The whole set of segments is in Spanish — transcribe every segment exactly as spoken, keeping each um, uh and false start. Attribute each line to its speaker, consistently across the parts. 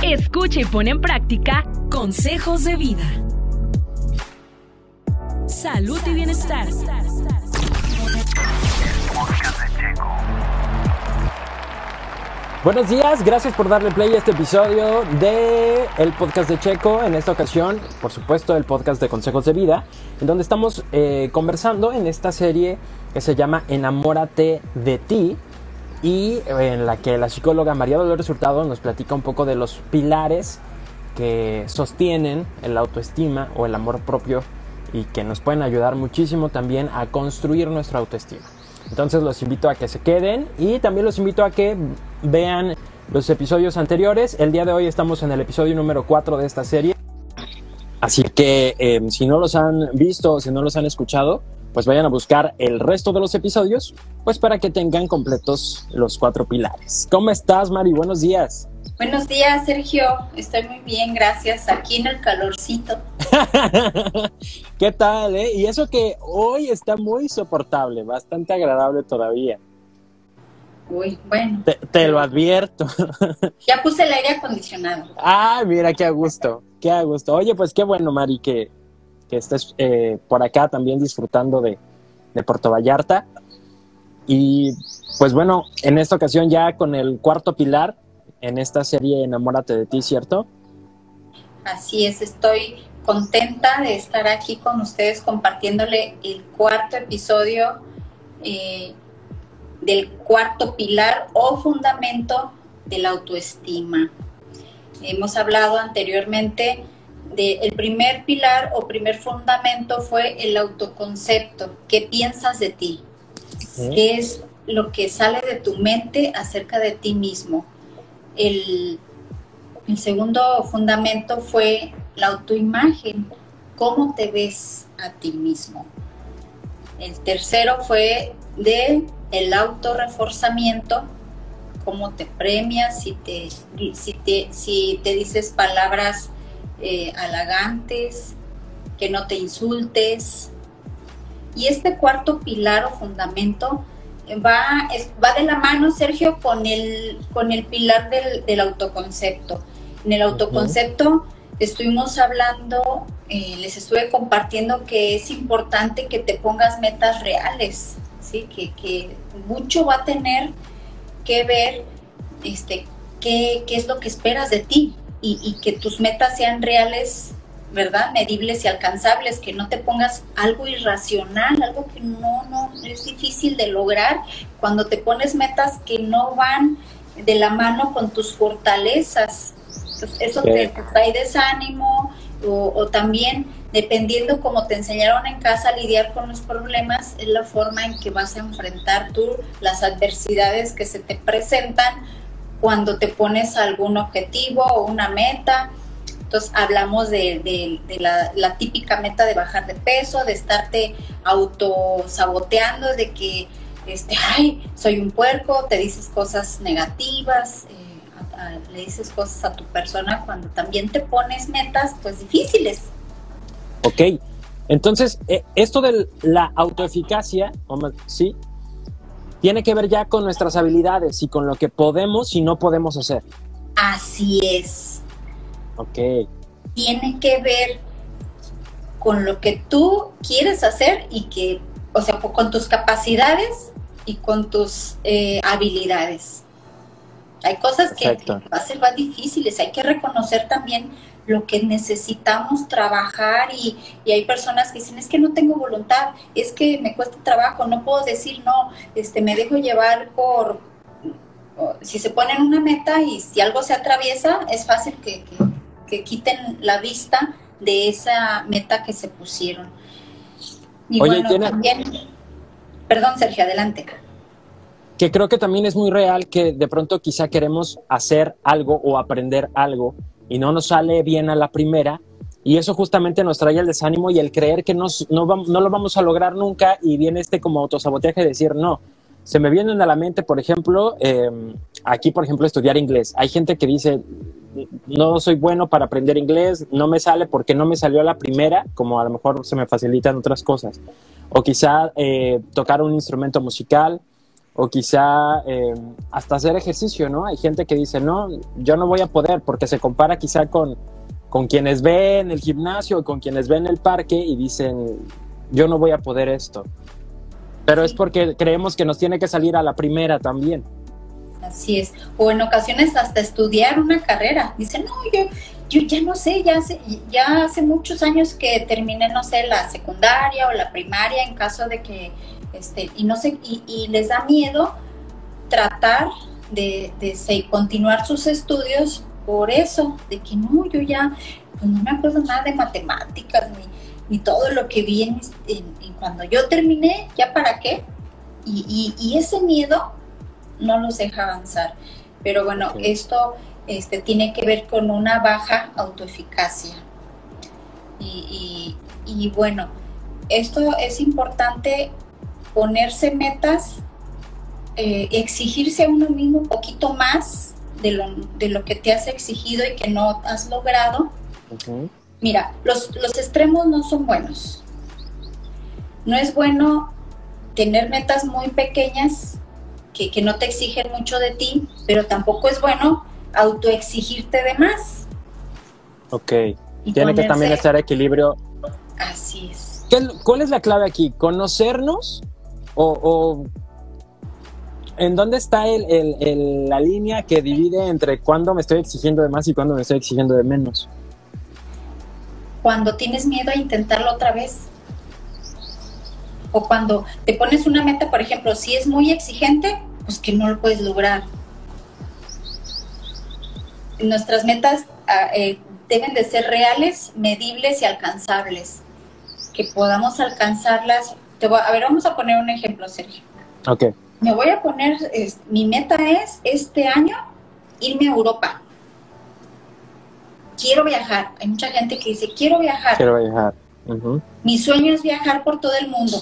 Speaker 1: Escucha y pon en práctica consejos de vida. Salud y bienestar.
Speaker 2: Buenos días, gracias por darle play a este episodio de el podcast de Checo. En esta ocasión, por supuesto, el podcast de consejos de vida, en donde estamos eh, conversando en esta serie que se llama Enamórate de ti, y en la que la psicóloga María Dolores Hurtado nos platica un poco de los pilares que sostienen el autoestima o el amor propio y que nos pueden ayudar muchísimo también a construir nuestra autoestima. Entonces los invito a que se queden y también los invito a que vean los episodios anteriores. El día de hoy estamos en el episodio número cuatro de esta serie. Así que eh, si no los han visto o si no los han escuchado, pues vayan a buscar el resto de los episodios, pues para que tengan completos los cuatro pilares. ¿Cómo estás, Mari? Buenos días.
Speaker 3: Buenos días, Sergio. Estoy muy bien, gracias. Aquí en el calorcito.
Speaker 2: ¿Qué tal, eh? Y eso que hoy está muy soportable, bastante agradable todavía.
Speaker 3: Uy, bueno.
Speaker 2: Te, te lo advierto.
Speaker 3: Ya puse el aire acondicionado.
Speaker 2: Ah, mira, qué a gusto, qué a gusto. Oye, pues qué bueno, Mari, que, que estés eh, por acá también disfrutando de, de Puerto Vallarta. Y pues bueno, en esta ocasión ya con el cuarto pilar en esta serie Enamórate de ti, ¿cierto?
Speaker 3: Así es, estoy contenta de estar aquí con ustedes compartiéndole el cuarto episodio eh, del cuarto pilar o fundamento de la autoestima. Hemos hablado anteriormente del primer pilar o primer fundamento fue el autoconcepto. ¿Qué piensas de ti? ¿Sí? ¿Qué es lo que sale de tu mente acerca de ti mismo? El, el segundo fundamento fue la autoimagen. ¿Cómo te ves a ti mismo? El tercero fue de el autorreforzamiento. ¿Cómo te premias? Si te, si te, si te dices palabras eh, halagantes, que no te insultes. Y este cuarto pilar o fundamento Va, es, va de la mano, Sergio, con el, con el pilar del, del autoconcepto. En el autoconcepto uh-huh. estuvimos hablando, eh, les estuve compartiendo que es importante que te pongas metas reales, ¿sí? que, que mucho va a tener que ver este, qué, qué es lo que esperas de ti y, y que tus metas sean reales, ¿verdad? Medibles y alcanzables, que no te pongas algo irracional, algo que no, no es difícil de lograr cuando te pones metas que no van de la mano con tus fortalezas. Entonces, eso sí. te, te trae desánimo o, o también, dependiendo cómo te enseñaron en casa a lidiar con los problemas, es la forma en que vas a enfrentar tú las adversidades que se te presentan cuando te pones algún objetivo o una meta. Entonces hablamos de, de, de la, la típica meta de bajar de peso, de estarte autosaboteando, de que, este, ay, soy un puerco, te dices cosas negativas, eh, a, a, le dices cosas a tu persona cuando también te pones metas, pues, difíciles.
Speaker 2: Ok, entonces, eh, esto de la autoeficacia, ¿sí? Tiene que ver ya con nuestras habilidades y con lo que podemos y no podemos hacer.
Speaker 3: Así es.
Speaker 2: Ok.
Speaker 3: Tiene que ver con lo que tú quieres hacer y que, o sea, con tus capacidades y con tus eh, habilidades. Hay cosas que, que va a ser más difíciles, hay que reconocer también lo que necesitamos trabajar y, y hay personas que dicen, es que no tengo voluntad, es que me cuesta trabajo, no puedo decir no, este, me dejo llevar por, si se ponen una meta y si algo se atraviesa, es fácil que, que que quiten la vista de esa meta que se pusieron. Y
Speaker 2: Oye,
Speaker 3: bueno,
Speaker 2: tiene...
Speaker 3: también, perdón, Sergio, adelante.
Speaker 2: Que creo que también es muy real que de pronto quizá queremos hacer algo o aprender algo y no nos sale bien a la primera, y eso justamente nos trae el desánimo y el creer que nos, no, vamos, no lo vamos a lograr nunca, y viene este como autosabotaje de decir no. Se me vienen a la mente, por ejemplo, eh, aquí, por ejemplo, estudiar inglés. Hay gente que dice, no soy bueno para aprender inglés, no me sale porque no me salió a la primera, como a lo mejor se me facilitan otras cosas. O quizá eh, tocar un instrumento musical, o quizá eh, hasta hacer ejercicio, ¿no? Hay gente que dice, no, yo no voy a poder, porque se compara quizá con, con quienes ven el gimnasio o con quienes ven el parque y dicen, yo no voy a poder esto. Pero sí, es porque creemos que nos tiene que salir a la primera también.
Speaker 3: Así es. O en ocasiones hasta estudiar una carrera. Dicen, no, yo, yo ya no sé, ya hace, ya hace muchos años que terminé, no sé, la secundaria o la primaria, en caso de que, este, y no sé, y, y les da miedo tratar de, de, de continuar sus estudios por eso, de que no, yo ya, pues no me acuerdo nada de matemáticas, ni, ni todo lo que vi en, en, en cuando yo terminé, ¿ya para qué? Y, y, y ese miedo no los deja avanzar. Pero bueno, okay, esto este, tiene que ver con una baja autoeficacia. Y, y, y bueno, esto es importante, ponerse metas, eh, exigirse a uno mismo un poquito más de lo, de lo que te has exigido y que no has logrado. Okay. Mira, los, los extremos no son buenos. No es bueno tener metas muy pequeñas Que, que no te exigen mucho de ti, pero tampoco es bueno autoexigirte de más.
Speaker 2: Ok, y tiene ponerse, que también estar equilibrio.
Speaker 3: Así es.
Speaker 2: ¿Qué, ¿Cuál es la clave aquí? ¿Conocernos? ¿O, o en dónde está el, el, el, la línea que divide entre cuándo me estoy exigiendo de más y cuándo me estoy exigiendo de menos?
Speaker 3: Cuando tienes miedo a intentarlo otra vez. O cuando te pones una meta, por ejemplo, si es muy exigente, pues que no lo puedes lograr. Nuestras metas eh, deben de ser reales, medibles y alcanzables. Que podamos alcanzarlas. Te voy, a ver, vamos a poner un ejemplo, Sergio.
Speaker 2: Ok.
Speaker 3: Me voy a poner, es, mi meta es este año irme a Europa. Quiero viajar. Hay mucha gente que dice, quiero viajar.
Speaker 2: Quiero viajar. Uh-huh.
Speaker 3: Mi sueño es viajar por todo el mundo.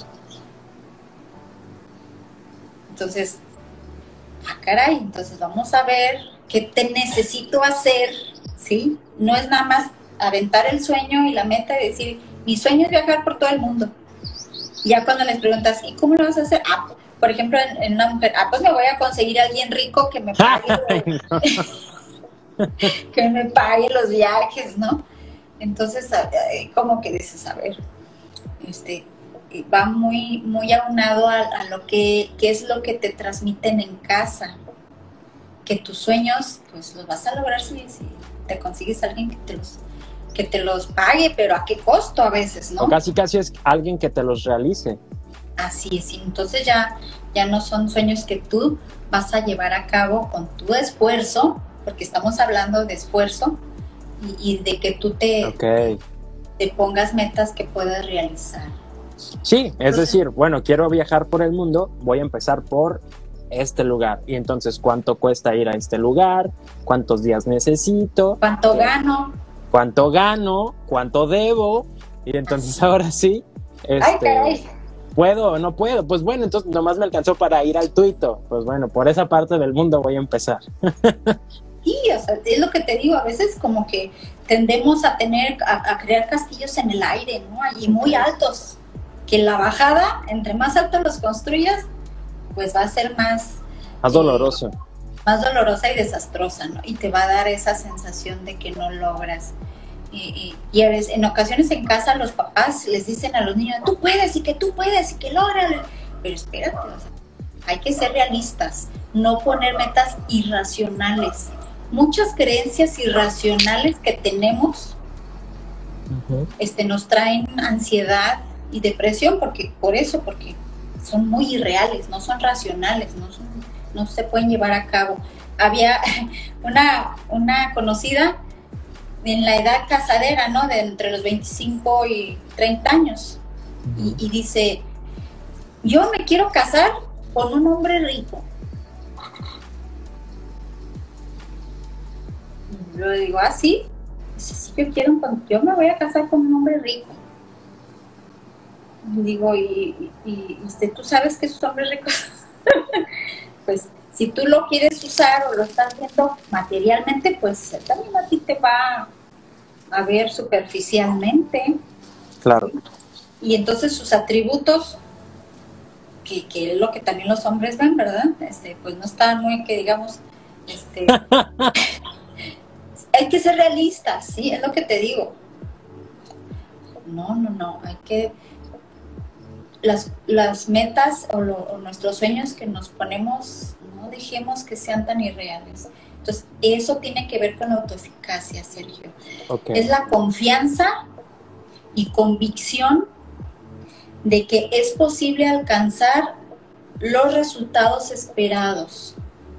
Speaker 3: Entonces, ah, caray, entonces vamos a ver qué te necesito hacer, ¿sí? No es nada más aventar el sueño y la meta y decir, mi sueño es viajar por todo el mundo. Y ya cuando les preguntas, ¿y cómo lo vas a hacer? Ah, por ejemplo, en, en una mujer, ah, pues me voy a conseguir a alguien rico que me pague, que me pague los viajes, ¿no? Entonces, como que dices, a ver, este... va muy muy aunado a, a lo que, que es lo que te transmiten en casa, que tus sueños pues los vas a lograr si, si te consigues a alguien que te los que te los pague, pero a qué costo a veces, ¿no?
Speaker 2: O casi casi es alguien que te los realice.
Speaker 3: Así es, y entonces ya, ya no son sueños que tú vas a llevar a cabo con tu esfuerzo, porque estamos hablando de esfuerzo y, y de que tú te,
Speaker 2: okay.
Speaker 3: te, te pongas metas que puedas realizar.
Speaker 2: Sí, es decir, bueno, quiero viajar por el mundo, voy a empezar por este lugar. Y entonces, ¿cuánto cuesta ir a este lugar? ¿Cuántos días necesito?
Speaker 3: ¿Cuánto gano?
Speaker 2: ¿Cuánto gano? ¿Cuánto debo? Y entonces Así. ahora sí, este,
Speaker 3: Ay, caray.
Speaker 2: ¿puedo o no puedo? Pues bueno, entonces nomás me alcanzó para ir al Tuito. Pues bueno, por esa parte del mundo voy a empezar.
Speaker 3: Sí, o sea, es lo que te digo, a veces como que tendemos a tener, a, a crear castillos en el aire, ¿no? Allí muy altos. Que la bajada, entre más alto los construyas, pues va a ser más...
Speaker 2: Más doloroso.
Speaker 3: Eh, más dolorosa y desastrosa, ¿no? Y te va a dar esa sensación de que no logras. Y, y, y en ocasiones en casa los papás les dicen a los niños, tú puedes y que tú puedes y que lógralo. Pero espérate, o sea, hay que ser realistas, no poner metas irracionales. Muchas creencias irracionales que tenemos uh-huh. este, nos traen ansiedad y depresión, porque por eso, porque son muy irreales, no son racionales, no, son, no se pueden llevar a cabo. Había una, una conocida en la edad casadera, ¿no? De entre los veinticinco y treinta años, uh-huh. y, y dice, yo me quiero casar con un hombre rico. Y yo le digo, ¿ah, sí? Dice, sí, yo quiero, yo me voy a casar con un hombre rico. Digo, y, y, y usted, ¿tú sabes que esos hombres ricos? Pues, si tú lo quieres usar o lo estás viendo materialmente, pues también a ti te va a ver superficialmente.
Speaker 2: Claro.
Speaker 3: Y entonces sus atributos que, que es lo que también los hombres ven, ¿verdad? Este, pues no está muy, que digamos, este, hay que ser realistas, sí, es lo que te digo. No, no, no, hay que, las, las metas o, lo, o nuestros sueños que nos ponemos, no dejemos que sean tan irreales. Entonces, eso tiene que ver con la autoeficacia, Sergio. Okay. Es la confianza y convicción de que es posible alcanzar los resultados esperados.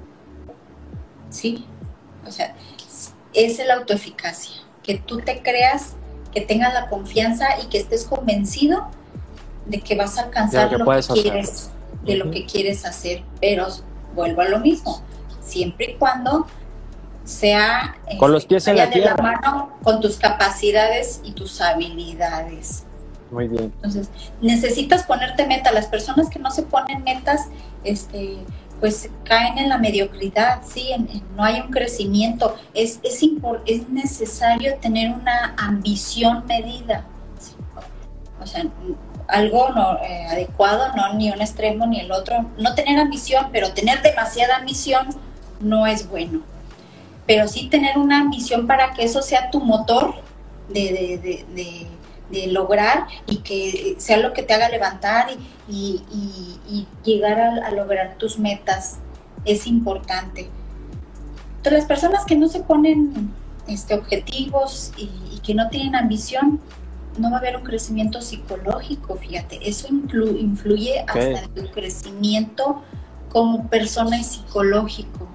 Speaker 3: ¿Sí? O sea, es la autoeficacia. Que tú te creas, que tengas la confianza y que estés convencido de que vas a alcanzar lo que, lo que quieres, de uh-huh. lo que quieres hacer. Pero vuelvo a lo mismo, siempre y cuando sea
Speaker 2: con eh, los pies en la
Speaker 3: de
Speaker 2: tierra,
Speaker 3: la mano con tus capacidades y tus habilidades.
Speaker 2: Muy bien.
Speaker 3: Entonces, necesitas ponerte meta. Las personas que no se ponen metas, este, pues caen en la mediocridad, sí, en, en, no hay un crecimiento. Es, es, impor, es necesario tener una ambición medida. ¿Sí? O sea, algo no, eh, adecuado, no ni un extremo ni el otro. No tener ambición, pero tener demasiada ambición no es bueno. Pero sí tener una ambición para que eso sea tu motor de, de, de, de, de lograr y que sea lo que te haga levantar y, y, y, y llegar a, a lograr tus metas es importante. Entonces, las personas que no se ponen este, objetivos y, y que no tienen ambición, no va a haber un crecimiento psicológico, fíjate, eso influ, influye okay. hasta el crecimiento como persona y psicológico.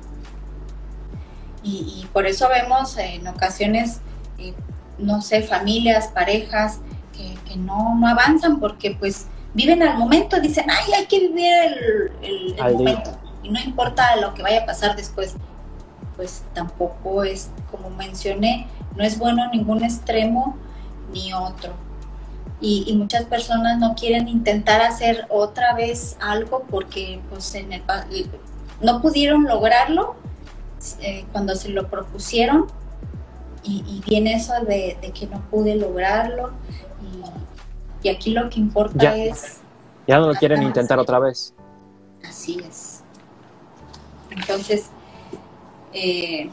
Speaker 3: Y, y por eso vemos eh, en ocasiones, eh, no sé, familias, parejas que, que no, no avanzan porque pues viven al momento, dicen, ay, hay que vivir el, el, el momento y no importa lo que vaya a pasar después. Pues tampoco es, como mencioné, no es bueno ningún extremo ni otro. Y, y muchas personas no quieren intentar hacer otra vez algo porque pues en el, no pudieron lograrlo eh, cuando se lo propusieron y, y viene eso de, de que no pude lograrlo y, y aquí lo que importa
Speaker 2: ya,
Speaker 3: es...
Speaker 2: Ya no lo quieren intentar otra vez.
Speaker 3: Así es. Entonces, eh,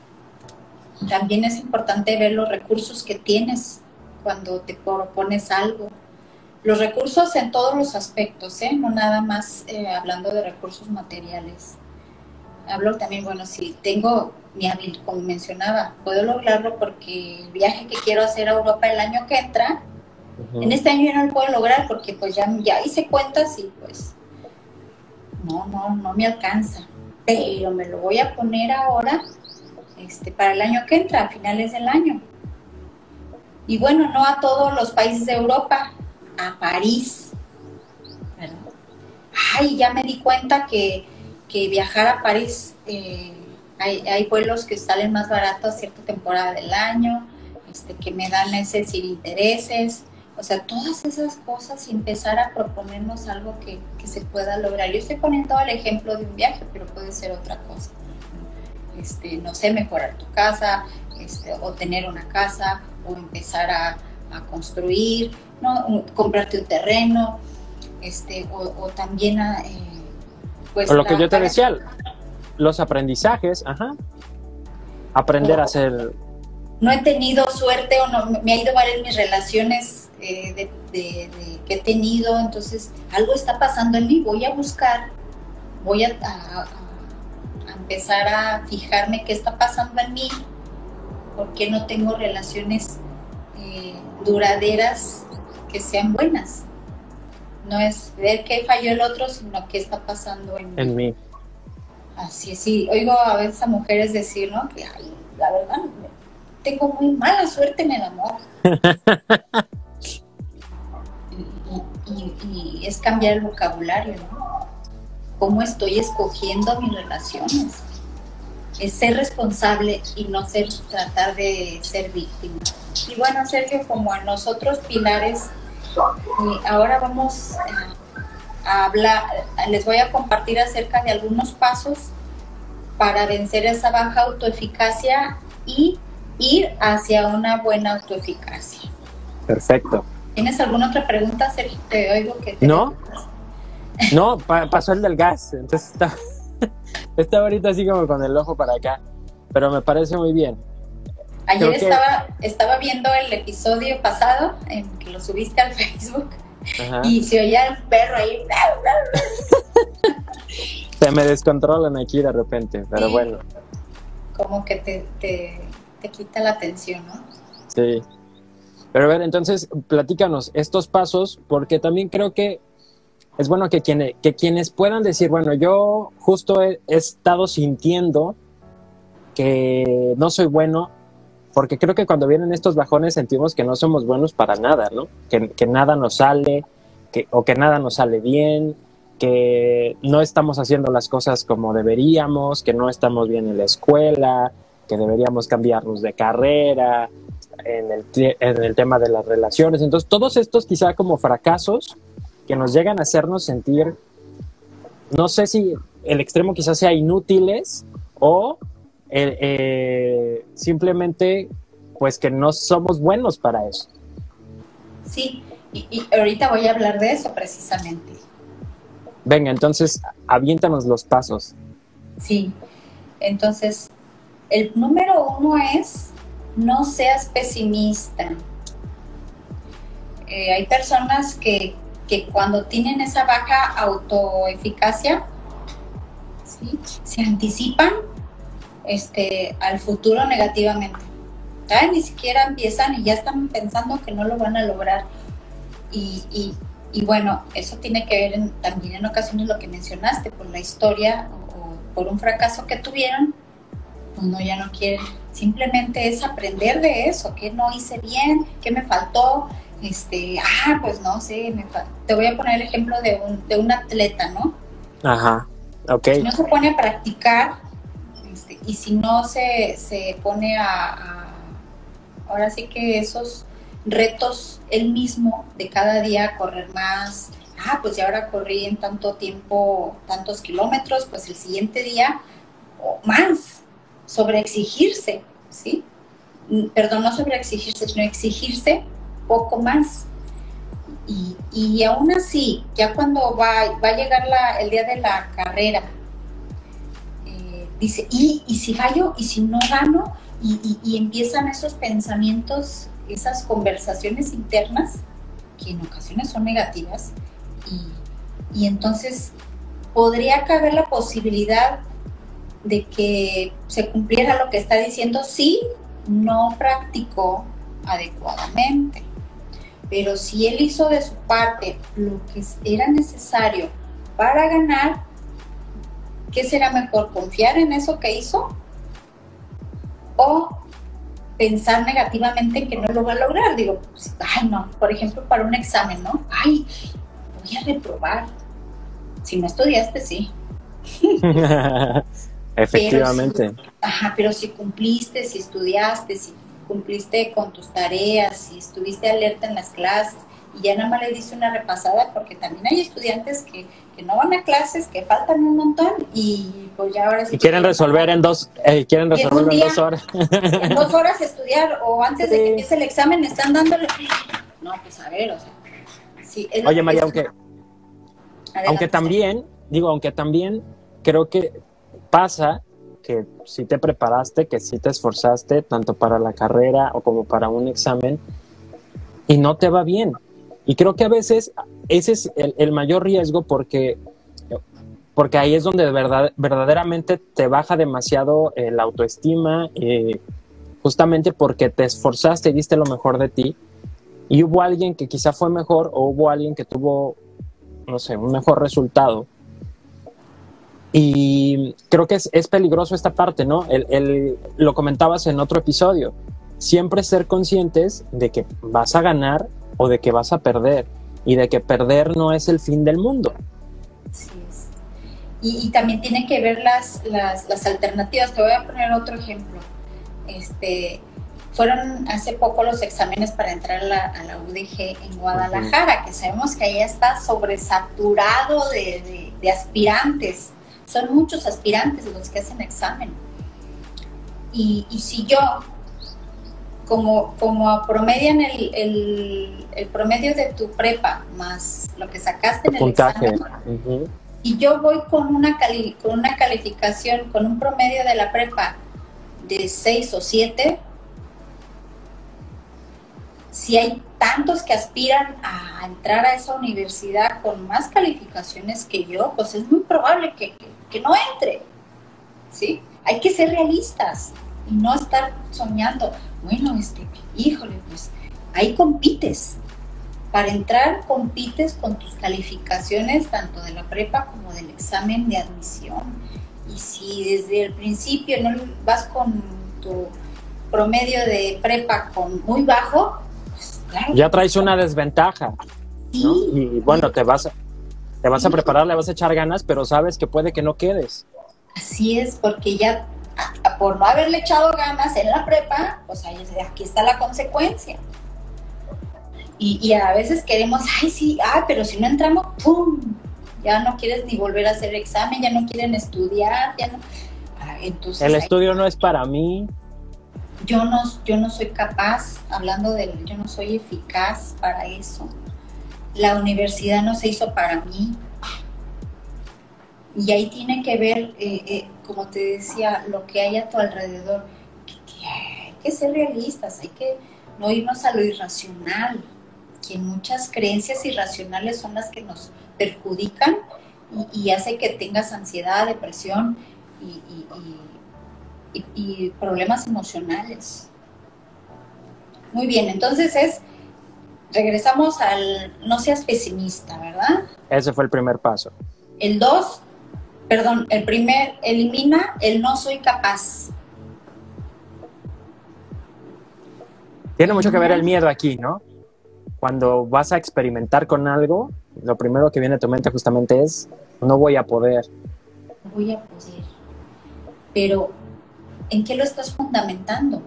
Speaker 3: también es importante ver los recursos que tienes cuando te propones algo. Los recursos en todos los aspectos, ¿eh? No nada más eh, hablando de recursos materiales. Hablo también, bueno, si tengo mi habilidad, como mencionaba, puedo lograrlo porque el viaje que quiero hacer a Europa el año que entra, uh-huh. en este año ya no lo puedo lograr porque pues ya, ya hice cuentas y pues no, no, no me alcanza. Pero me lo voy a poner ahora este, para el año que entra, a finales del año. Y bueno, no a todos los países de Europa, a París. ¿Verdad? Ay, ya me di cuenta que, que viajar a París, eh, hay, hay vuelos que salen más baratos a cierta temporada del año, este, que me dan ese sin intereses. O sea, todas esas cosas y empezar a proponernos algo que, que se pueda lograr. Yo estoy poniendo el ejemplo de un viaje, pero puede ser otra cosa. Este, no sé, mejorar tu casa, este, o tener una casa, o empezar a, a construir, ¿no? comprarte un terreno, este, o, o también a, eh, pues...
Speaker 2: O lo que yo te decía, los aprendizajes, ajá. Aprender o, a hacer...
Speaker 3: No he tenido suerte o no, me ha ido mal en mis relaciones eh, de, de, de, que he tenido, entonces algo está pasando en mí, voy a buscar, voy a, a, a empezar a fijarme qué está pasando en mí, por qué no tengo relaciones eh, duraderas que sean buenas. No es ver qué falló el otro, sino qué está pasando en,
Speaker 2: en mí.
Speaker 3: Así es, sí. Oigo a veces a mujeres decir, ¿no? Que ay, la verdad, tengo muy mala suerte en el amor. y, y, y es cambiar el vocabulario, ¿no? ¿Cómo estoy escogiendo mis relaciones? Es ser responsable y no ser, tratar de ser víctima. Y bueno, Sergio, como a nosotros pilares, y ahora vamos a, a hablar, les voy a compartir acerca de algunos pasos para vencer esa baja autoeficacia y ir hacia una buena autoeficacia.
Speaker 2: Perfecto.
Speaker 3: ¿Tienes alguna otra pregunta, Sergio? Te oigo que te
Speaker 2: ¿No? No, pa- pasó el del gas, entonces está, está ahorita así como con el ojo para acá, pero me parece muy bien.
Speaker 3: Ayer
Speaker 2: Creo que-
Speaker 3: estaba, estaba viendo el episodio pasado, en que lo subiste al Facebook,
Speaker 2: Ajá.
Speaker 3: y se oía el perro ahí.
Speaker 2: Se me descontrolan aquí de repente, pero
Speaker 3: Sí.
Speaker 2: bueno,
Speaker 3: Como que te, te, te quita la atención, ¿no?
Speaker 2: sí. Pero a ver, entonces, platícanos estos pasos, porque también creo que es bueno que, quien, que quienes puedan decir, bueno, yo justo he, he estado sintiendo que no soy bueno, porque creo que cuando vienen estos bajones sentimos que no somos buenos para nada, ¿no? Que, que nada nos sale, que, o que nada nos sale bien, que no estamos haciendo las cosas como deberíamos, que no estamos bien en la escuela, que deberíamos cambiarnos de carrera, en el, en el tema de las relaciones. Entonces, todos estos quizá como fracasos que nos llegan a hacernos sentir, no sé si el extremo quizás sea inútiles o eh, eh, simplemente pues que no somos buenos para eso.
Speaker 3: Sí, y, y ahorita voy a hablar de eso precisamente.
Speaker 2: Venga, entonces aviéntanos los pasos.
Speaker 3: Sí, entonces el número uno es no seas pesimista. Eh, hay personas que, que cuando tienen esa baja autoeficacia, ¿sí?, se anticipan este, al futuro negativamente. ¿Saben? Ni siquiera empiezan y ya están pensando que no lo van a lograr. Y, y, y bueno, eso tiene que ver en, también en ocasiones lo que mencionaste, por la historia o, o por un fracaso que tuvieron, pues no, ya no quieren. Simplemente es aprender de eso, qué no hice bien, qué me faltó, este, ah, pues no sé, me fal- te voy a poner el ejemplo de un, de un atleta, ¿no?
Speaker 2: Ajá, ok.
Speaker 3: Si no se pone a practicar, este, y si no se, se pone a, a, ahora sí que esos retos él mismo de cada día correr más, ah, pues ya ahora corrí en tanto tiempo, tantos kilómetros, pues el siguiente día o más, sobreexigirse, ¿sí? Perdón, no sobreexigirse, sino exigirse poco más. Y, y aún así, ya cuando va, va a llegar la, el día de la carrera, eh, dice, ¿y, ¿y si fallo? ¿Y si no gano? Y, y, y empiezan esos pensamientos, esas conversaciones internas, que en ocasiones son negativas, y, y entonces podría caber la posibilidad de que se cumpliera lo que está diciendo si no practicó adecuadamente. Pero si él hizo de su parte lo que era necesario para ganar, ¿qué será mejor? ¿Confiar en eso que hizo? ¿O pensar negativamente que no lo va a lograr? Digo, pues, ay no, por ejemplo para un examen, ¿no? Ay, voy a reprobar. Si no estudiaste, sí.
Speaker 2: Efectivamente.
Speaker 3: Pero si, ajá, pero si cumpliste, si estudiaste, si cumpliste con tus tareas, si estuviste alerta en las clases, y ya nada más le diste una repasada, porque también hay estudiantes que, que no van a clases, que faltan un montón, y pues ya ahora sí.
Speaker 2: Y quieren resolver en dos, eh, quieren resolverlo en, en dos horas.
Speaker 3: En dos horas estudiar, o antes sí. de que empiece el examen están dándole. No, pues a ver, o sea. Sí, es
Speaker 2: Oye, María,
Speaker 3: es...
Speaker 2: aunque,
Speaker 3: Adelante,
Speaker 2: aunque también, digo, aunque también creo que pasa que si te preparaste, que si te esforzaste, tanto para la carrera o como para un examen, y no te va bien. Y creo que a veces ese es el, el mayor riesgo porque, porque ahí es donde de verdad, verdaderamente te baja demasiado eh, la autoestima, eh, justamente porque te esforzaste y diste lo mejor de ti, y hubo alguien que quizá fue mejor o hubo alguien que tuvo, no sé, un mejor resultado. Y creo que es, es peligroso esta parte, ¿no? El, el, lo comentabas en otro episodio. Siempre ser conscientes de que vas a ganar o de que vas a perder. Y de que perder no es el fin del mundo.
Speaker 3: Sí es. Y, y también tiene que ver las, las, las alternativas. Te voy a poner otro ejemplo. Este, fueron hace poco los exámenes para entrar a la, a la U D G en Guadalajara, uh-huh. que sabemos que allá está sobresaturado de, de, de aspirantes. Son muchos aspirantes los que hacen examen. Y, y si yo, como, como promedian el, el, el promedio de tu prepa más lo que sacaste en el
Speaker 2: Puntaje.
Speaker 3: examen,
Speaker 2: Uh-huh.
Speaker 3: y yo voy con una, cali, con una calificación, con un promedio de la prepa de seis o siete, si hay tantos que aspiran a entrar a esa universidad con más calificaciones que yo, pues es muy probable que, que no entre, ¿sí? Hay que ser realistas y no estar soñando, bueno, este, híjole, pues ahí compites. Para entrar compites con tus calificaciones tanto de la prepa como del examen de admisión. Y si desde el principio no vas con tu promedio de prepa con muy bajo, pues claro.
Speaker 2: Ya traes una desventaja,
Speaker 3: sí,
Speaker 2: ¿no? Y bueno, te vas, a, te vas a preparar, le vas a echar ganas, pero sabes que puede que no quedes.
Speaker 3: Así es, porque ya a, a, por no haberle echado ganas en la prepa, pues ahí, aquí está la consecuencia. Y, y a veces queremos, ay, sí, ah, pero si no entramos, ¡pum! Ya no quieres ni volver a hacer examen, ya no quieren estudiar, ya no. Ah, entonces,
Speaker 2: el
Speaker 3: ay,
Speaker 2: estudio no es para mí.
Speaker 3: Yo no, yo no soy capaz, hablando de, yo no soy eficaz para eso. La universidad no se hizo para mí. Y ahí tiene que ver, eh, eh, como te decía, lo que hay a tu alrededor. Que, que hay que ser realistas, hay que no irnos a lo irracional. Que muchas creencias irracionales son las que nos perjudican y, y hace que tengas ansiedad, depresión y, y, y, y, y problemas emocionales. Muy bien, entonces es, regresamos al no seas pesimista, ¿verdad?
Speaker 2: Ese fue el primer paso.
Speaker 3: El dos, perdón, el primer, elimina el no soy capaz.
Speaker 2: Tiene mucho que ver el miedo aquí, ¿no? Cuando vas a experimentar con algo, lo primero que viene a tu mente justamente es, no voy a poder.
Speaker 3: No voy a poder. Pero, ¿en qué lo estás fundamentando?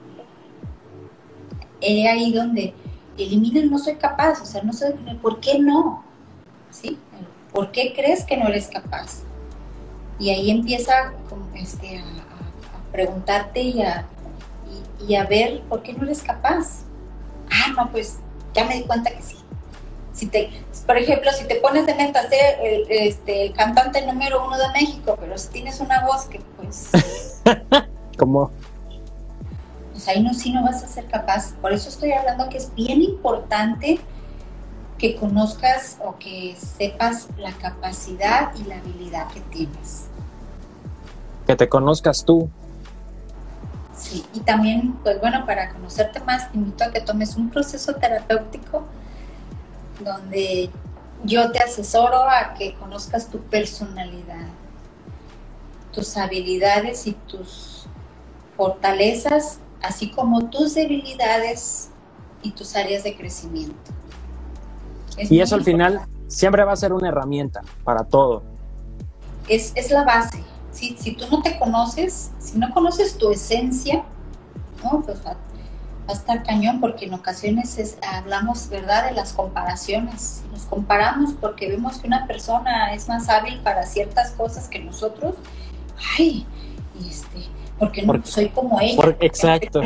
Speaker 3: Es ahí donde elimina el no soy capaz, o sea, no sé, ¿por qué no? ¿Sí? ¿Por qué crees que no eres capaz? Y ahí empieza este, a, a preguntarte y a, y, y a ver por qué no eres capaz. Ah, no, pues ya me di cuenta que sí. Si te, por ejemplo, si te pones de meta a ser el, este, el cantante número uno de México, pero si tienes una voz que pues...
Speaker 2: ¿Cómo?
Speaker 3: Pues ahí no, sí no vas a ser capaz. Por eso estoy hablando que es bien importante que conozcas o que sepas la capacidad y la habilidad que tienes.
Speaker 2: Que te conozcas tú.
Speaker 3: Sí, y también, pues bueno, para conocerte más, te invito a que tomes un proceso terapéutico donde yo te asesoro a que conozcas tu personalidad, tus habilidades y tus fortalezas, así como tus debilidades y tus áreas de crecimiento. Es
Speaker 2: y eso al
Speaker 3: importante.
Speaker 2: final siempre va a ser una herramienta para todo.
Speaker 3: Es, es la base. Si, si tú no te conoces, si no conoces tu esencia, ¿no? Pues va, va a estar cañón, porque en ocasiones es, hablamos, ¿verdad?, de las comparaciones. Nos comparamos porque vemos que una persona es más hábil para ciertas cosas que nosotros. Ay, este, porque no
Speaker 2: Porque,
Speaker 3: soy como ella.
Speaker 2: Por, exacto.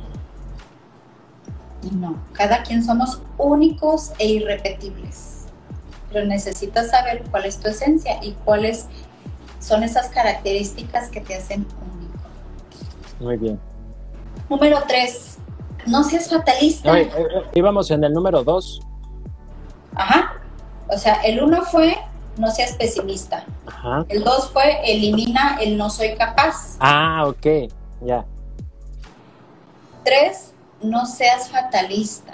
Speaker 3: No, cada quien somos únicos e irrepetibles. Pero necesitas saber cuál es tu esencia y cuáles son esas características que te hacen único.
Speaker 2: Muy bien.
Speaker 3: Número tres, no seas fatalista.
Speaker 2: Oye, eh, íbamos en el número dos.
Speaker 3: Ajá. O sea, el uno fue no seas pesimista.
Speaker 2: Ajá.
Speaker 3: El dos fue elimina el no soy capaz.
Speaker 2: Ah, ok, ya.
Speaker 3: Tres, no seas fatalista.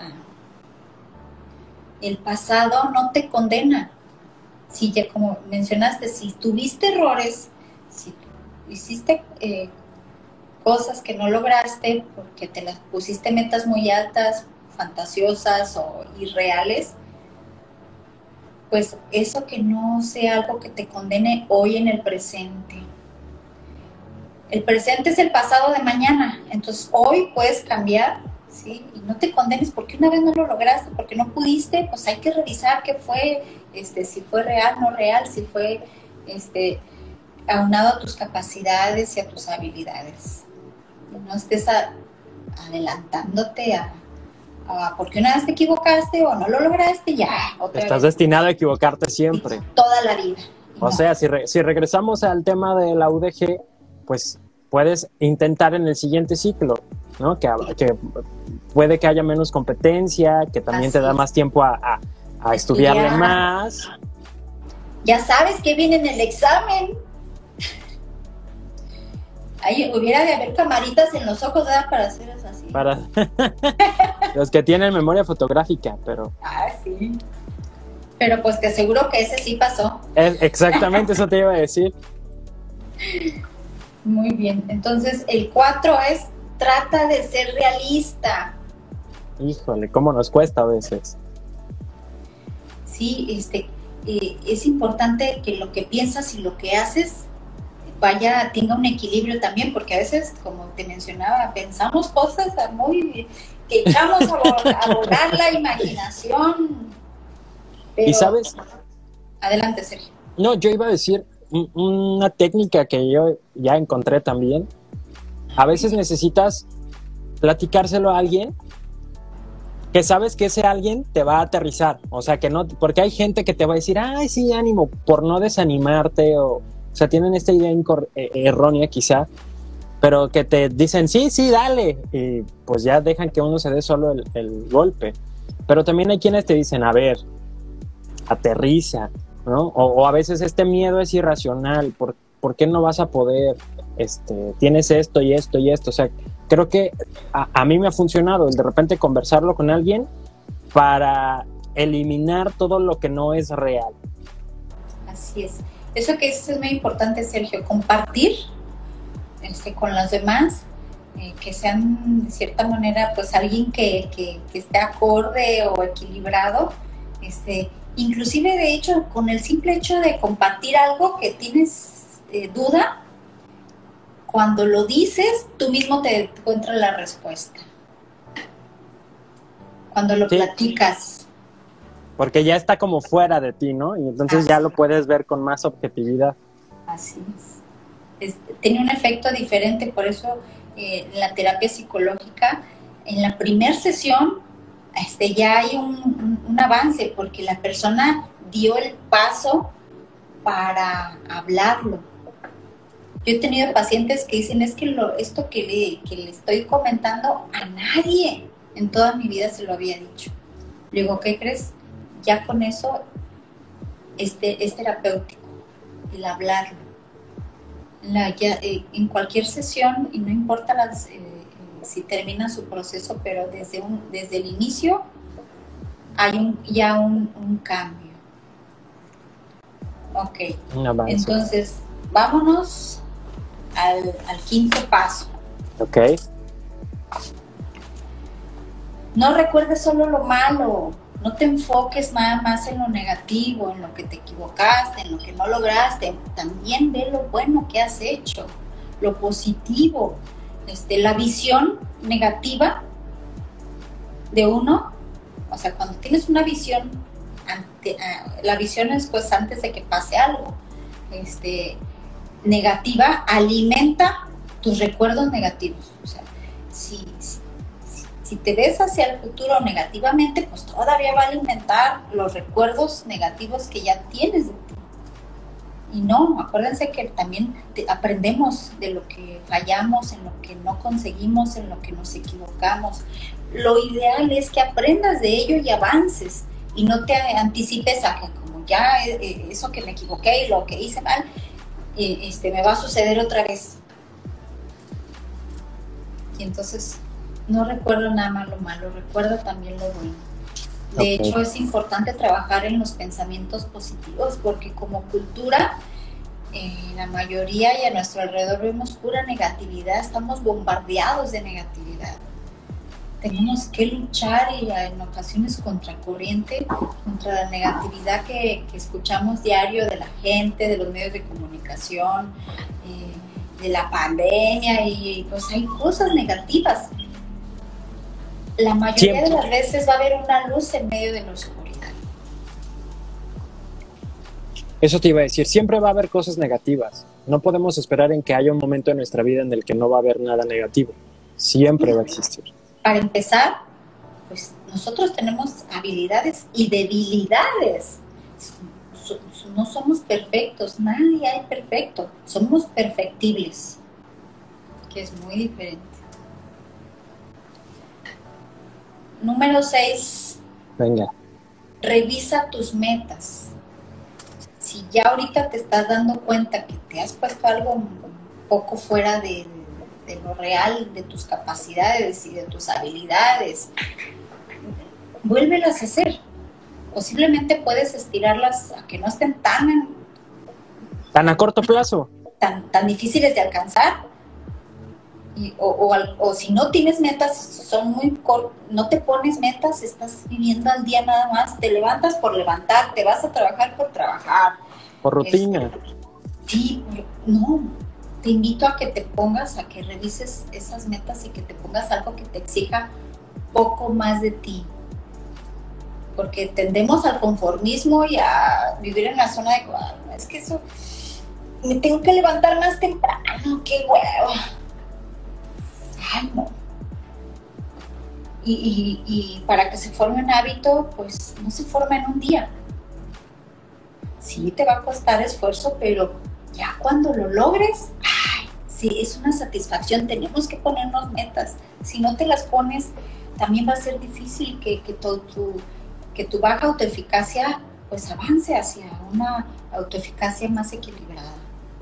Speaker 3: El pasado no te condena. Si ya como mencionaste, si tuviste errores, si hiciste eh, cosas que no lograste porque te las pusiste metas muy altas, fantasiosas o irreales, pues eso que no sea algo que te condene hoy en el presente. El presente es el pasado de mañana, entonces hoy puedes cambiar, ¿sí? Y no te condenes porque una vez no lo lograste, porque no pudiste, pues hay que revisar qué fue, este, si fue real, no real, si fue este, aunado a tus capacidades y a tus habilidades. No estés a, adelantándote a, a porque una vez te equivocaste o no lo lograste, ya. Otra
Speaker 2: Estás
Speaker 3: vez.
Speaker 2: destinado a equivocarte siempre.
Speaker 3: Toda la vida.
Speaker 2: O
Speaker 3: No.
Speaker 2: sea, si, re, si regresamos al tema de la U D G, pues puedes intentar en el siguiente ciclo, ¿no? Que, que puede que haya menos competencia, que también
Speaker 3: Así
Speaker 2: te da
Speaker 3: es.
Speaker 2: más tiempo a, a, a estudiarle
Speaker 3: Estudiar.
Speaker 2: más.
Speaker 3: Ya sabes que viene en el examen. Ahí hubiera de haber camaritas en los ojos, ¿verdad? Para hacer eso así.
Speaker 2: Para los que tienen memoria fotográfica, pero
Speaker 3: Ah, sí. Pero pues te aseguro que ese sí pasó.
Speaker 2: es exactamente eso te iba a decir.
Speaker 3: Muy bien. Entonces, el cuatro es, trata de ser realista.
Speaker 2: Híjole, cómo nos cuesta a veces.
Speaker 3: Sí, este, eh, es importante que lo que piensas y lo que haces vaya, tenga un equilibrio también, porque a veces, como te mencionaba, pensamos cosas muy, que echamos a, vo- a volar la imaginación. Pero,
Speaker 2: ¿Y sabes?
Speaker 3: Adelante, Sergio.
Speaker 2: No, yo iba a decir un- una técnica que yo ya encontré también. A veces necesitas platicárselo a alguien que sabes que ese alguien te va a aterrizar. O sea, que no, porque hay gente que te va a decir, ay, sí, ánimo, por no desanimarte. O, o sea, tienen esta idea incor- eh, errónea quizá, pero que te dicen, sí, sí, dale. Y pues ya dejan que uno se dé solo el, el golpe. Pero también hay quienes te dicen, a ver, aterriza, ¿no? O, o a veces este miedo es irracional, ¿por, ¿por qué no vas a poder? Este, tienes esto y esto y esto, o sea, creo que a, a mí me ha funcionado el de repente conversarlo con alguien para eliminar todo lo que no es real.
Speaker 3: Así es. Eso que dices es muy importante, Sergio, compartir este, con los demás, eh, que sean de cierta manera pues alguien que, que, que esté acorde o equilibrado, este, inclusive de hecho con el simple hecho de compartir algo que tienes eh, duda, cuando lo dices tú mismo te encuentras la respuesta, cuando lo
Speaker 2: Sí.
Speaker 3: platicas.
Speaker 2: Porque ya está como fuera de ti, ¿no? Y entonces
Speaker 3: Así
Speaker 2: ya lo puedes ver con más objetividad.
Speaker 3: Así es. es tiene un efecto diferente, por eso eh, en la terapia psicológica, en la primera sesión, este, ya hay un, un, un avance, porque la persona dio el paso para hablarlo. Yo he tenido pacientes que dicen, es que lo, esto que le, que le estoy comentando a nadie en toda mi vida se lo había dicho. Le digo, ¿qué crees? Ya con eso este, es terapéutico, el hablarlo. La, ya, eh, en cualquier sesión, y no importa las, eh, si termina su proceso, pero desde, un, desde el inicio hay un, ya un, un cambio. Ok,
Speaker 2: Un avance.
Speaker 3: entonces vámonos al, al quinto paso.
Speaker 2: Ok.
Speaker 3: No recuerdes solo lo malo, no te enfoques nada más en lo negativo, en lo que te equivocaste, en lo que no lograste. También ve lo bueno que has hecho, lo positivo. Este, la visión negativa de uno, o sea, cuando tienes una visión, ante, uh, la visión es pues antes de que pase algo, este, negativa, alimenta tus recuerdos negativos. O sea, si, si Si te ves hacia el futuro negativamente, pues todavía va a alimentar los recuerdos negativos que ya tienes de ti. Y no, acuérdense que también te, aprendemos de lo que fallamos, en lo que no conseguimos, en lo que nos equivocamos. Lo ideal es que aprendas de ello y avances, y no te anticipes a que como ya eh, eso que me equivoqué y lo que hice mal, eh, este, me va a suceder otra vez. Y entonces no recuerdo nada más lo malo, recuerdo también lo bueno. De okay. hecho, es importante trabajar en los pensamientos positivos, porque como cultura, eh, la mayoría y a nuestro alrededor vemos pura negatividad, estamos bombardeados de negatividad. Tenemos que luchar y en ocasiones contracorriente, contra la negatividad que, que escuchamos diario de la gente, de los medios de comunicación, eh, de la pandemia, y pues hay cosas negativas. La mayoría Siempre. de las veces va a haber una luz en medio de la oscuridad.
Speaker 2: Eso te iba a decir, siempre va a haber cosas negativas. No podemos esperar en que haya un momento en nuestra vida en el que no va a haber nada negativo. Siempre va a existir.
Speaker 3: Para empezar, pues nosotros tenemos habilidades y debilidades. So, so, no somos perfectos, nadie hay perfecto. Somos perfectibles, que es muy diferente. Número seis.
Speaker 2: Venga.
Speaker 3: Revisa tus metas. Si ya ahorita te estás dando cuenta que te has puesto algo un poco fuera de, de lo real, de tus capacidades y de tus habilidades, vuélvelas a hacer. Posiblemente puedes estirarlas a que no estén tan,
Speaker 2: Tan a corto plazo.
Speaker 3: tan, tan difíciles de alcanzar. Y, o, o, o si no tienes metas, son muy cortas, no te pones metas, estás viviendo al día nada más, te levantas por levantar, te vas a trabajar por trabajar.
Speaker 2: Por rutina.
Speaker 3: Este, sí, no, te invito a que te pongas, a que revises esas metas y que te pongas algo que te exija poco más de ti. Porque tendemos al conformismo y a vivir en la zona de, ah, es que eso, me tengo que levantar más temprano, qué huevo. Ay, no. Y, y, y para que se forme un hábito, pues no se forma en un día. Sí, te va a costar esfuerzo, pero ya cuando lo logres, ay, sí, es una satisfacción. Tenemos que ponernos metas. Si no te las pones, también va a ser difícil que, que, tu, tu, que tu baja autoeficacia pues avance hacia una autoeficacia más equilibrada.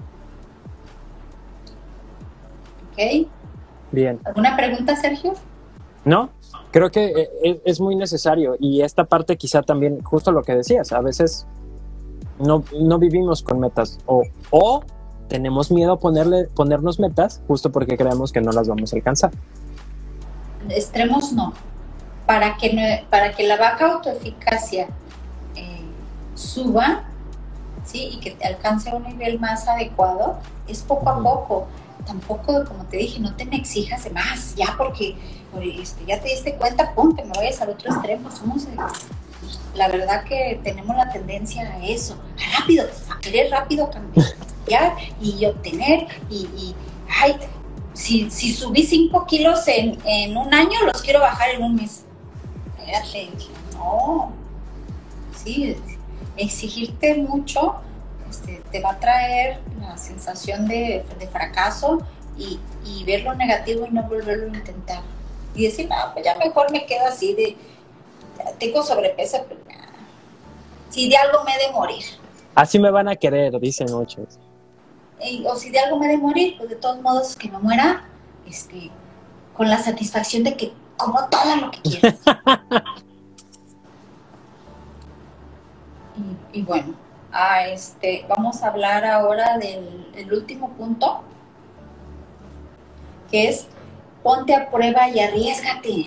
Speaker 3: ¿Ok?
Speaker 2: Bien.
Speaker 3: ¿Alguna pregunta, Sergio?
Speaker 2: No, creo que es muy necesario y esta parte quizá también, justo lo que decías, a veces no, no vivimos con metas o, o tenemos miedo a ponerle, ponernos metas justo porque creemos que no las vamos a alcanzar.
Speaker 3: Extremos no. Para que, no, para que la baja autoeficacia eh, suba, ¿sí? Y que te alcance a un nivel más adecuado, es poco a poco. Tampoco, como te dije, no te me exijas de más, ya porque este, ya te diste cuenta, pum, que me vayas al otro extremo. Somos, eh, la verdad que tenemos la tendencia a eso, a rápido, a querer rápido cambiar y obtener, y, y ay, si, si subí cinco kilos en, en un año, los quiero bajar en un mes. Fíjate, no, sí, exigirte mucho Este, te va a traer la sensación de, de fracaso y, y ver lo negativo y no volverlo a intentar. Y decir, no, pues ya mejor me quedo así de, tengo sobrepeso, pero si de algo me he de morir.
Speaker 2: Así me van a querer, dicen muchos.
Speaker 3: Y, o si de algo me he de morir, pues de todos modos que me muera este, con la satisfacción de que como todo lo que quiero. y, y bueno. Ah, este, vamos a hablar ahora del, del último punto, que es ponte a prueba y arriésgate.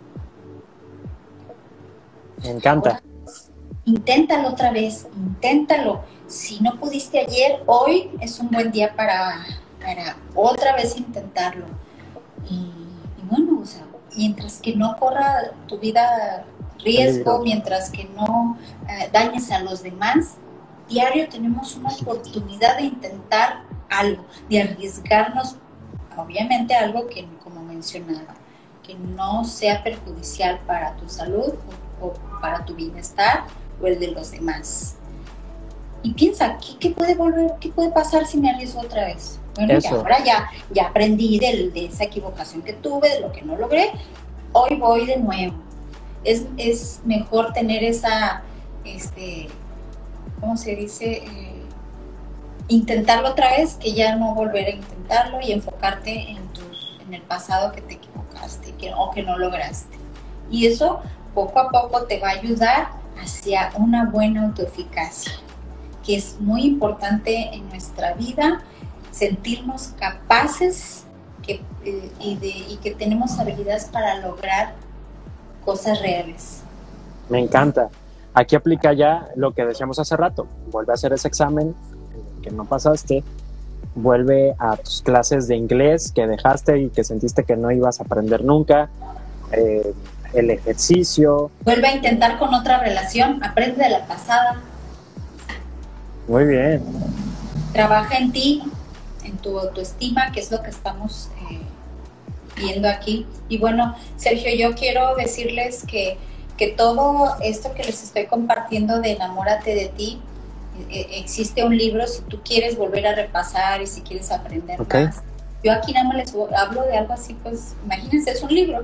Speaker 2: Me encanta.
Speaker 3: Ahora, inténtalo otra vez, inténtalo. Si no pudiste ayer, hoy es un buen día para, para otra vez intentarlo. Y, y bueno, o sea, mientras que no corra tu vida riesgo, mientras que no eh, dañes a los demás, diario tenemos una oportunidad de intentar algo, de arriesgarnos, obviamente algo que, como mencionaba, que no sea perjudicial para tu salud o, o para tu bienestar o el de los demás. Y piensa, ¿qué, qué puede volver, qué puede pasar si me arriesgo otra vez? Bueno, ya, ahora ya, ya aprendí de, de esa equivocación que tuve, de lo que no logré, hoy voy de nuevo. Es, es mejor tener esa, este... ¿cómo se dice? Eh, intentarlo otra vez, que ya no volver a intentarlo y enfocarte en, tus, en el pasado que te equivocaste que, o que no lograste. Y eso poco a poco te va a ayudar hacia una buena autoeficacia, que es muy importante en nuestra vida, sentirnos capaces que, eh, y, de, y que tenemos habilidades para lograr cosas reales.
Speaker 2: Me encanta. Aquí aplica ya lo que decíamos hace rato. Vuelve a hacer ese examen que no pasaste. Vuelve a tus clases de inglés que dejaste y que sentiste que no ibas a aprender nunca. Eh, el ejercicio.
Speaker 3: Vuelve a intentar con otra relación. Aprende de la pasada.
Speaker 2: Muy bien.
Speaker 3: Trabaja en ti, en tu autoestima, que es lo que estamos eh, viendo aquí. Y bueno, Sergio, yo quiero decirles que, que todo esto que les estoy compartiendo de Enamórate de ti, eh, existe un libro si tú quieres volver a repasar y si quieres aprender okay. más. Yo aquí nada más les hablo de algo así, pues imagínense, es un libro.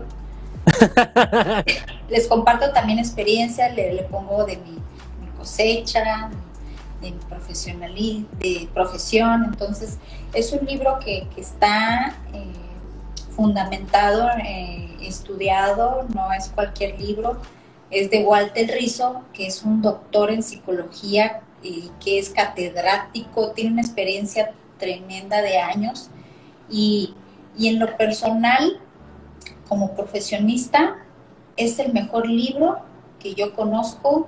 Speaker 3: Les comparto también experiencias, le, le pongo de mi, mi cosecha, de mi profesionalismo, de profesión. Entonces es un libro que, que está eh, fundamentado, eh, estudiado, no es cualquier libro. Es de Walter Rizzo, que es un doctor en psicología y que es catedrático, tiene una experiencia tremenda de años. Y, y en lo personal, como profesionista, es el mejor libro que yo conozco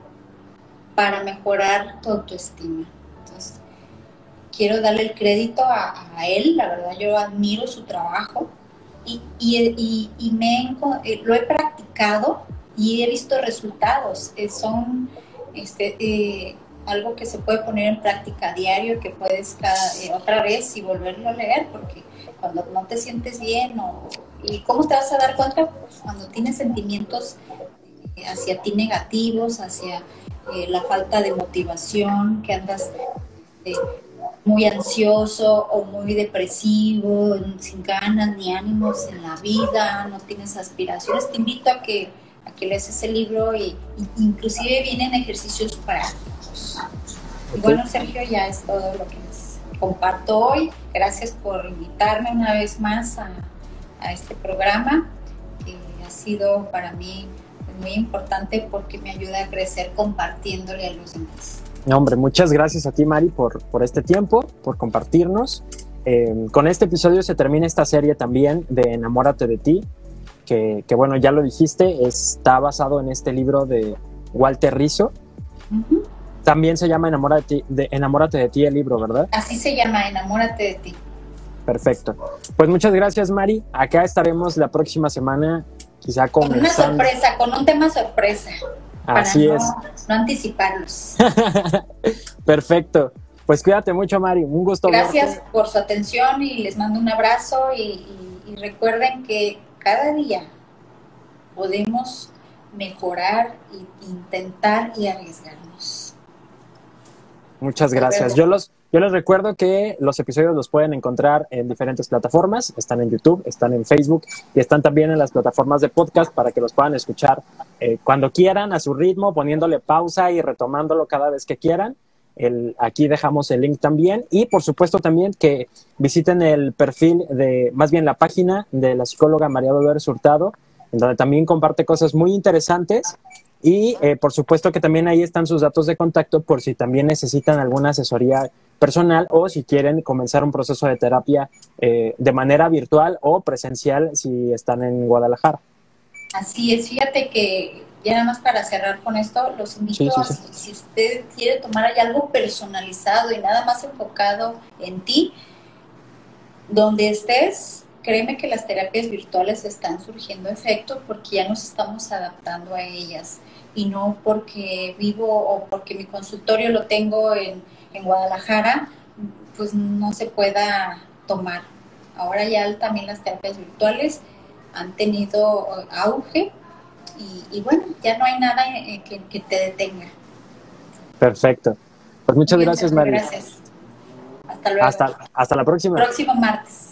Speaker 3: para mejorar tu autoestima. Entonces, quiero darle el crédito a, a él, la verdad yo admiro su trabajo y, y, y, y me, lo he practicado y he visto resultados. Eh, son este, eh, algo que se puede poner en práctica a diario, que puedes cada, eh, otra vez y volverlo a leer, porque cuando no te sientes bien, o, ¿y cómo te vas a dar cuenta? Pues cuando tienes sentimientos hacia ti negativos, hacia eh, la falta de motivación, que andas eh, muy ansioso o muy depresivo, sin ganas ni ánimos en la vida, no tienes aspiraciones, te invito a que, a que leas ese libro y, y inclusive vienen ejercicios prácticos. Y bueno, Sergio, ya es todo lo que les comparto hoy. Gracias por invitarme una vez más a, a este programa, que ha sido para mí muy importante porque me ayuda a crecer compartiéndole a los demás.
Speaker 2: No, hombre, muchas gracias a ti, Mari, por, por este tiempo, por compartirnos. Eh, con este episodio se termina esta serie también de Enamórate de ti, que, que bueno, ya lo dijiste, está basado en este libro de Walter Rizzo. Uh-huh. También se llama Enamórate de, Enamórate de ti el libro, ¿verdad?
Speaker 3: Así se llama, Enamórate de ti.
Speaker 2: Perfecto. Pues muchas gracias, Mari. Acá estaremos la próxima semana, quizá con
Speaker 3: una sorpresa, con un tema sorpresa.
Speaker 2: Así
Speaker 3: para
Speaker 2: es.
Speaker 3: No, no anticiparlos.
Speaker 2: Perfecto. Pues cuídate mucho, Mari. Un gusto.
Speaker 3: Gracias
Speaker 2: verte.
Speaker 3: por su atención y les mando un abrazo y, y, y recuerden que cada día podemos mejorar e intentar y arriesgarnos.
Speaker 2: Muchas gracias. Yo los, yo les recuerdo que los episodios los pueden encontrar en diferentes plataformas. Están en YouTube, están en Facebook y están también en las plataformas de podcast para que los puedan escuchar eh, cuando quieran, a su ritmo, poniéndole pausa y retomándolo cada vez que quieran. El, aquí dejamos el link también y por supuesto también que visiten el perfil de, más bien la página de la psicóloga María Dolores Hurtado, en donde también comparte cosas muy interesantes. Y eh, por supuesto que también ahí están sus datos de contacto por si también necesitan alguna asesoría personal o si quieren comenzar un proceso de terapia eh, de manera virtual o presencial si están en Guadalajara.
Speaker 3: Así es, fíjate que ya nada más para cerrar con esto, los invito sí, sí, sí. a, si usted quiere tomar ahí algo personalizado y nada más enfocado en ti, donde estés, créeme que las terapias virtuales están surgiendo efecto porque ya nos estamos adaptando a ellas y no porque vivo o porque mi consultorio lo tengo en, en Guadalajara, pues no se pueda tomar. Ahora ya también las terapias virtuales han tenido auge y, y bueno, ya no hay nada que, que te detenga.
Speaker 2: Perfecto. Pues muchas bien, gracias, María.
Speaker 3: Gracias. Hasta luego.
Speaker 2: Hasta, hasta la próxima.
Speaker 3: Próximo martes.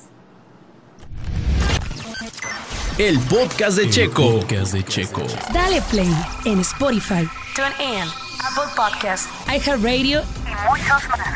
Speaker 4: El podcast de Checo. El podcast de Checo.
Speaker 1: Dale play en Spotify, TuneIn, Apple Podcasts, iHeartRadio y muchos más.